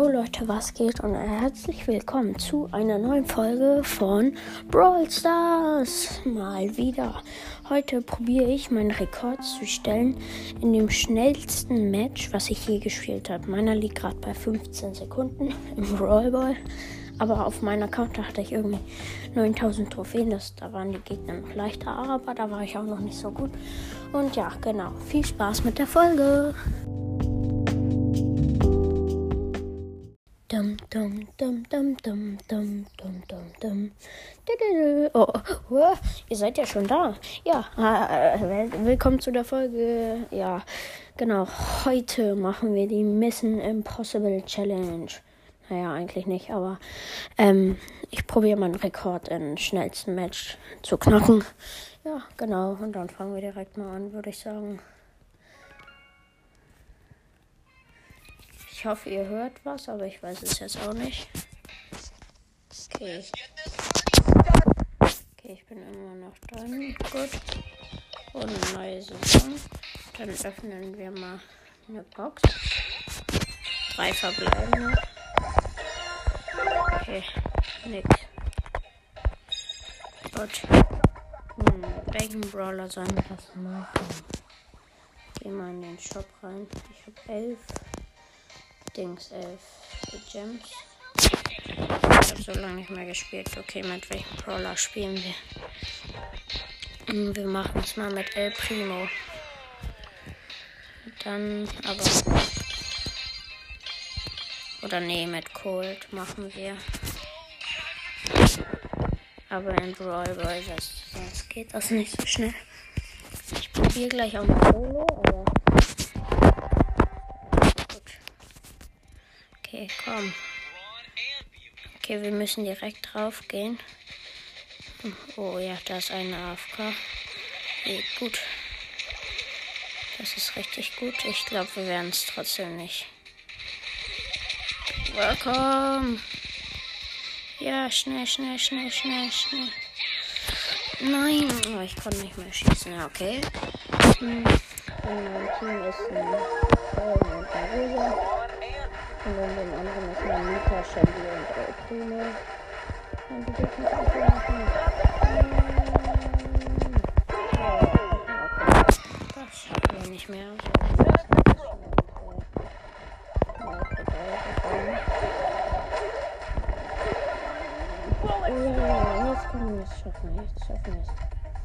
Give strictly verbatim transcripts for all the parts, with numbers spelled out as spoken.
Yo Leute, was geht und herzlich willkommen zu einer neuen Folge von Brawl Stars. Mal wieder. Heute probiere ich meinen Rekord zu stellen in dem schnellsten Match, was ich je gespielt habe. Meiner liegt gerade bei fünfzehn Sekunden im Brawl Ball. Aber auf meinem Account hatte ich irgendwie neuntausend Trophäen. Das, da waren die Gegner noch leichter, aber da war ich auch noch nicht so gut. Und ja, genau. Viel Spaß mit der Folge. Dum, dum, dum, dum, dum, dum, dum, dum, dum. Oh, oh, ihr seid ja schon da. Ja, äh, willkommen zu der Folge. Ja, genau. Heute machen wir die Mission Impossible Challenge. Naja, eigentlich nicht, aber ähm, ich probiere meinen Rekord im schnellsten Match zu knacken. Ja, genau. Und dann fangen wir direkt mal an, würde ich sagen. Ich hoffe, ihr hört was, aber ich weiß es jetzt auch nicht. Okay. Okay, ich bin immer noch dran. Gut. Und eine neue Saison. Dann öffnen wir mal eine Box. Drei verbleibende. Okay, nix. Gut. Hm, welchen Brawler sollen wir das machen? Geh mal in den Shop rein. Ich habe elf. Dings, elf Gems. Ich habe so lange nicht mehr gespielt. Okay, mit welchem Brawler spielen wir? Wir machen es mal mit El Primo. Dann aber... Oder nee, mit Colt machen wir. Aber in Brawl Ball, sonst geht das nicht so schnell. Ich probiere gleich auch mal Solo, aber... Okay, komm. Okay, wir müssen direkt drauf gehen. Oh ja, da ist eine A F K. Okay, gut. Das ist richtig gut. Ich glaube, wir werden es trotzdem nicht. Welcome. Ja, schnell, schnell, schnell, schnell, schnell. Nein, oh, ich konnte nicht mehr schießen. Ja, okay. Hm. Und mein Team ist ein Feuer und ein Rosa. Und dann den anderen ist mein Mieter, Shelly und El Primo. Und die dürfen es auch machen. Das schaffen wir nicht mehr. Oh, jetzt können wir es schaffen. Jetzt schaffen wir es.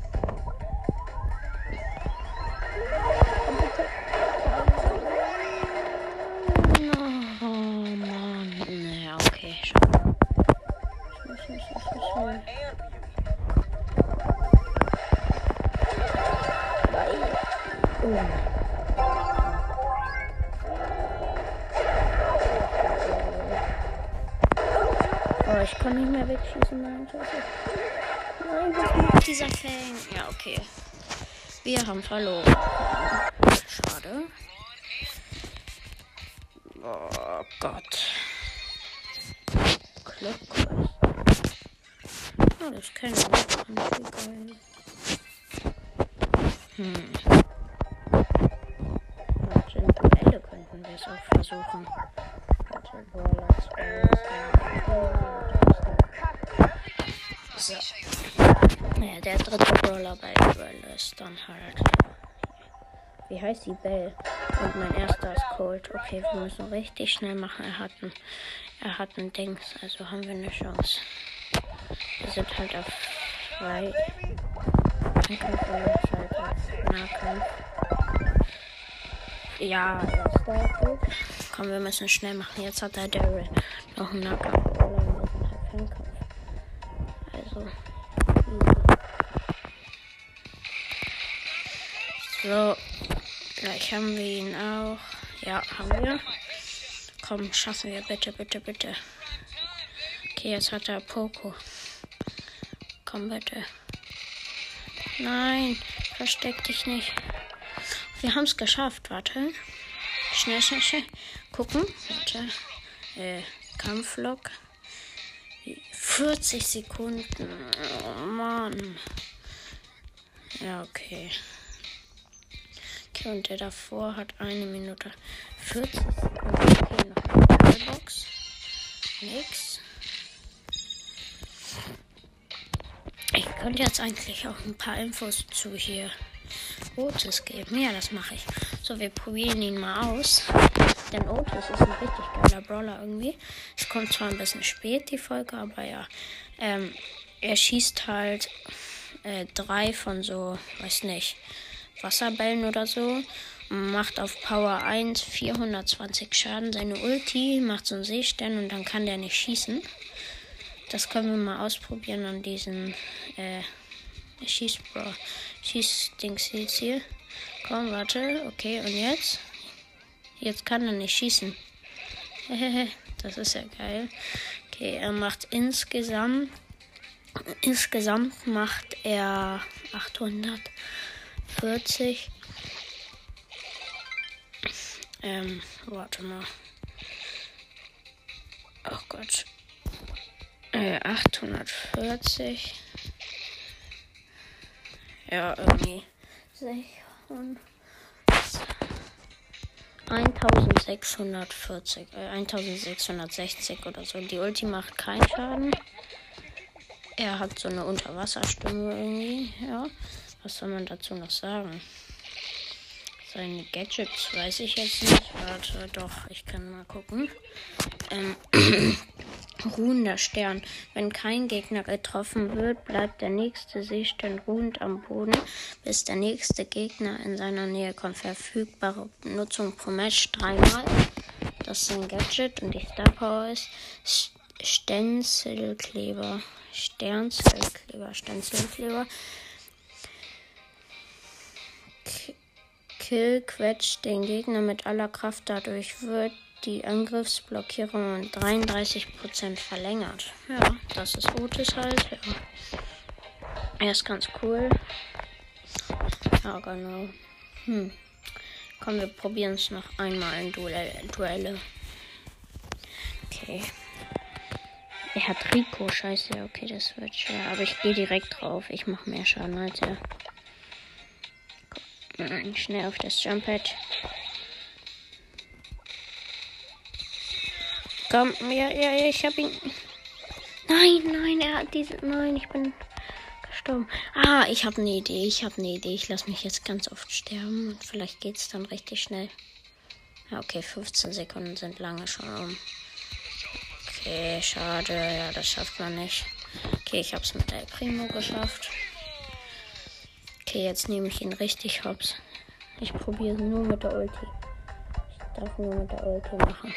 Oh, ich kann nicht mehr wegschießen, nein, scheiße. Nein, was macht dieser Fang? Ja, okay. Wir haben verloren. Schade. Oh Gott. Klock. Oh, das kann ich nicht. Geil. Hm. Warte, in Duelle könnten wir es auch versuchen. Warte, Brawler so. Naja, der dritte Brawler bei Duell ist dann halt. Wie heißt die? Bell. Und mein erster ist Colt. Okay, wir müssen richtig schnell machen. Er hat ein, er hat ein Dings, also haben wir eine Chance. Wir sind halt auf zwei. Nahkampf und halt auf Nahkampf. Ja, erster gut. Komm, wir müssen schnell machen. Jetzt hat der Daryl noch einen Nahkampf. Oder wir sind halt Fernkampf. Also. So. Gleich haben wir ihn auch. Ja, haben wir. Komm, schaffen wir. Bitte, bitte, bitte. Okay, jetzt hat er Poco. Komm, bitte. Nein, versteck dich nicht. Wir haben es geschafft. Warte. Schnell, schnell, schnell. Gucken. Warte. Äh, Kampflog. vierzig Sekunden. Oh Mann. Ja, okay. Okay, und der davor hat eine Minute vierzig Sekunden. Okay, noch eine Box. nix. Ich könnte jetzt eigentlich auch ein paar Infos zu hier Otis geben. Ja, das mache ich. So, wir probieren ihn mal aus. Denn Otis ist ein richtig geiler Brawler irgendwie. Es kommt zwar ein bisschen spät, die Folge, aber ja. Ähm, er schießt halt äh, drei von so, weiß nicht, Wasserbällen oder so. Macht auf Power eins vierhundertzwanzig Schaden. Seine Ulti macht so einen Seestern und dann kann der nicht schießen. Das können wir mal ausprobieren an diesen äh, Schießbro. Schießdings jetzt hier. Komm, warte. Okay, und jetzt? Jetzt kann er nicht schießen. Das ist ja geil. Okay, er macht insgesamt insgesamt macht er achthundertvierzig. Ähm, warte mal. Oh Gott. Äh, achthundertvierzig. Ja, irgendwie. eintausendsechshundertvierzig. Äh, eintausendsechshundertsechzig oder so. Die Ulti macht keinen Schaden. Er hat so eine Unterwasserstimme irgendwie. Ja. Was soll man dazu noch sagen? Seine Gadgets weiß ich jetzt nicht. Warte, doch, ich kann mal gucken. Ähm, ruhender Stern. Wenn kein Gegner getroffen wird, bleibt der nächste Seestern ruhend am Boden, bis der nächste Gegner in seiner Nähe kommt. Verfügbare Nutzung pro Match dreimal. Das ist ein Gadget und die Star Power ist Stenzelkleber. Sternzelkleber. Stenzelkleber. Kill quetscht den Gegner mit aller Kraft. Dadurch wird die Angriffsblockierung um dreiunddreißig Prozent verlängert. Ja, das ist Otis halt. Ja. Er ist ganz cool. Ja, genau. Hm. Komm, wir probieren es noch einmal in Duelle. Duelle. Okay. Er hat Rico. Scheiße, okay, das wird schwer. Aber ich gehe direkt drauf. Ich mache mehr Schaden als er. Komm, schnell auf das Jumppad. Komm, ja, ja, ja, ich hab ihn. Nein, nein, er hat diese. Nein, ich bin gestorben. Ah, ich habe eine Idee, ich habe eine Idee. Ich lasse mich jetzt ganz oft sterben und vielleicht geht's dann richtig schnell. Ja, okay, fünfzehn Sekunden sind lange schon um. Okay, schade, ja, das schafft man nicht. Okay, ich hab's mit El Primo geschafft. Okay, jetzt nehme ich ihn richtig hops. Ich probiere nur mit der Ulti. Ich darf nur mit der Ulti machen.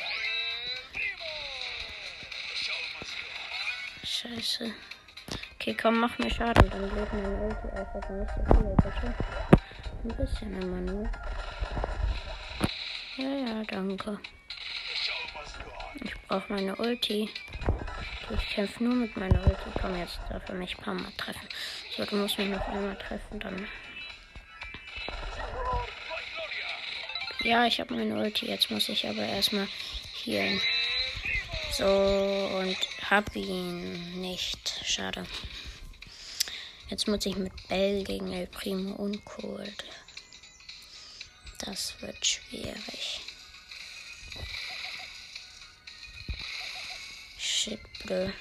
Scheiße. Okay, komm, mach mir Schaden. Dann lädt meine Ulti auf. Also nicht so viel, bitte. Ein bisschen immer nur. Ja, ja, danke. Ich brauche meine Ulti. Okay, ich kämpfe nur mit meiner Ulti. Komm, jetzt darf er mich ein paar Mal treffen. So, du musst mich noch einmal treffen, dann. Ja, ich habe meine Ulti. Jetzt muss ich aber erstmal healen. So, und hab ihn nicht. Schade. Jetzt muss ich mit Bell gegen El Primo und Cold. Das wird schwierig. Shit, blöd.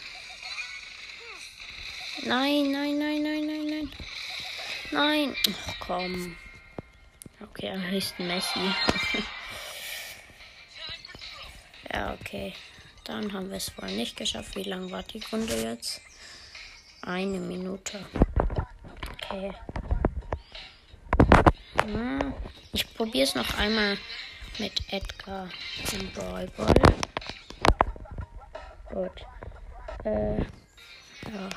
Nein, nein, nein, nein, nein, nein. Nein. Ach, komm. Okay, am höchsten Messi. Ja, okay. Dann haben wir es wohl nicht geschafft. Wie lang war die Runde jetzt? Eine Minute. Okay. Hm. Ich probiere es noch einmal mit Edgar im Brawl Ball. Gut. Äh. Ja.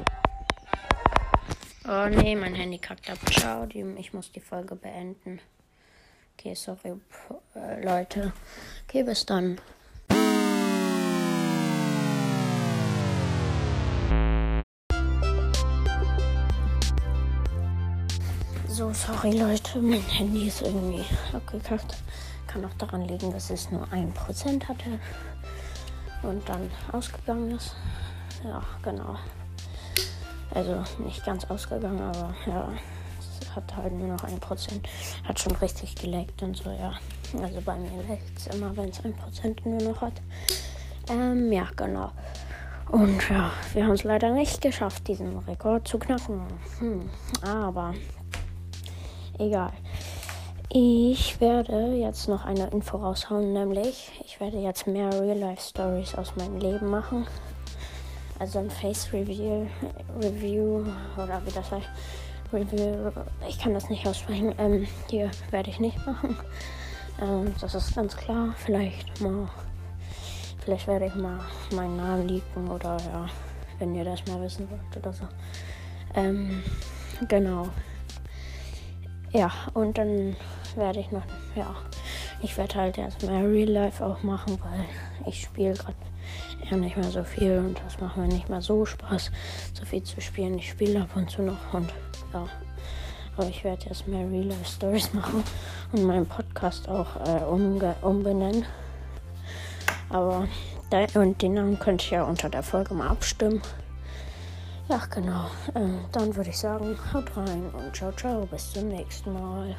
Oh nee, mein Handy kackt ab. Ciao, die, ich muss die Folge beenden. Okay, sorry, äh, Leute. Okay, bis dann. So, sorry Leute, mein Handy ist irgendwie abgekackt. Kann auch daran liegen, dass es nur ein Prozent hatte und dann ausgegangen ist. Ja, genau. Also nicht ganz ausgegangen, aber ja, es hat halt nur noch ein Prozent. Hat schon richtig geleckt und so, ja. Also bei mir leckt es immer, wenn es ein Prozent nur noch hat. Ähm, ja, genau. Und ja, wir haben es leider nicht geschafft, diesen Rekord zu knacken. Hm, aber egal. Ich werde jetzt noch eine Info raushauen, nämlich ich werde jetzt mehr Real-Life-Stories aus meinem Leben machen. Also ein Face-Review Review oder wie das heißt. Review, ich kann das nicht aussprechen. Ähm, hier werde ich nicht machen. Ähm, das ist ganz klar. Vielleicht mal, vielleicht werde ich mal meinen Namen leaken oder ja, wenn ihr das mal wissen wollt oder so. Ähm, genau. Ja, und dann werde ich noch, ja, ich werde halt erstmal Real Life auch machen, weil ich spiele gerade ja nicht mehr so viel und das macht mir nicht mehr so Spaß, so viel zu spielen. Ich spiele ab und zu noch und ja, aber ich werde jetzt mehr Real Life Stories machen und meinen Podcast auch äh, umge- umbenennen. Aber da, und den Namen könnt ihr ja unter der Folge mal abstimmen. Ja, genau. Ähm, dann würde ich sagen, haut rein und ciao, ciao. Bis zum nächsten Mal.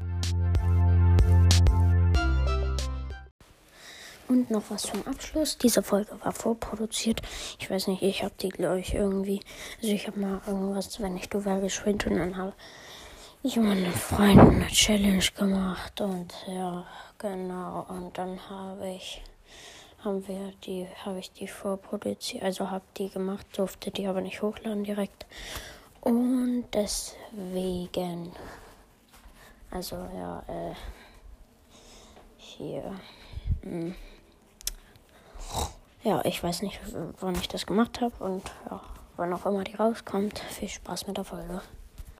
Und noch was zum Abschluss. Diese Folge war vorproduziert. Ich weiß nicht, ich habe die, glaube ich, irgendwie... Also ich habe mal irgendwas, wenn ich Duell gespielt und dann habe ich mit meinen Freunden eine Challenge gemacht. Und ja, genau. Und dann habe ich... haben wir die, habe ich die vorproduziert, also habe die gemacht, durfte die aber nicht hochladen direkt. Und deswegen, also ja, äh, hier, mh. ja, ich weiß nicht, wann ich das gemacht habe und ja, wann auch immer die rauskommt. Viel Spaß mit der Folge.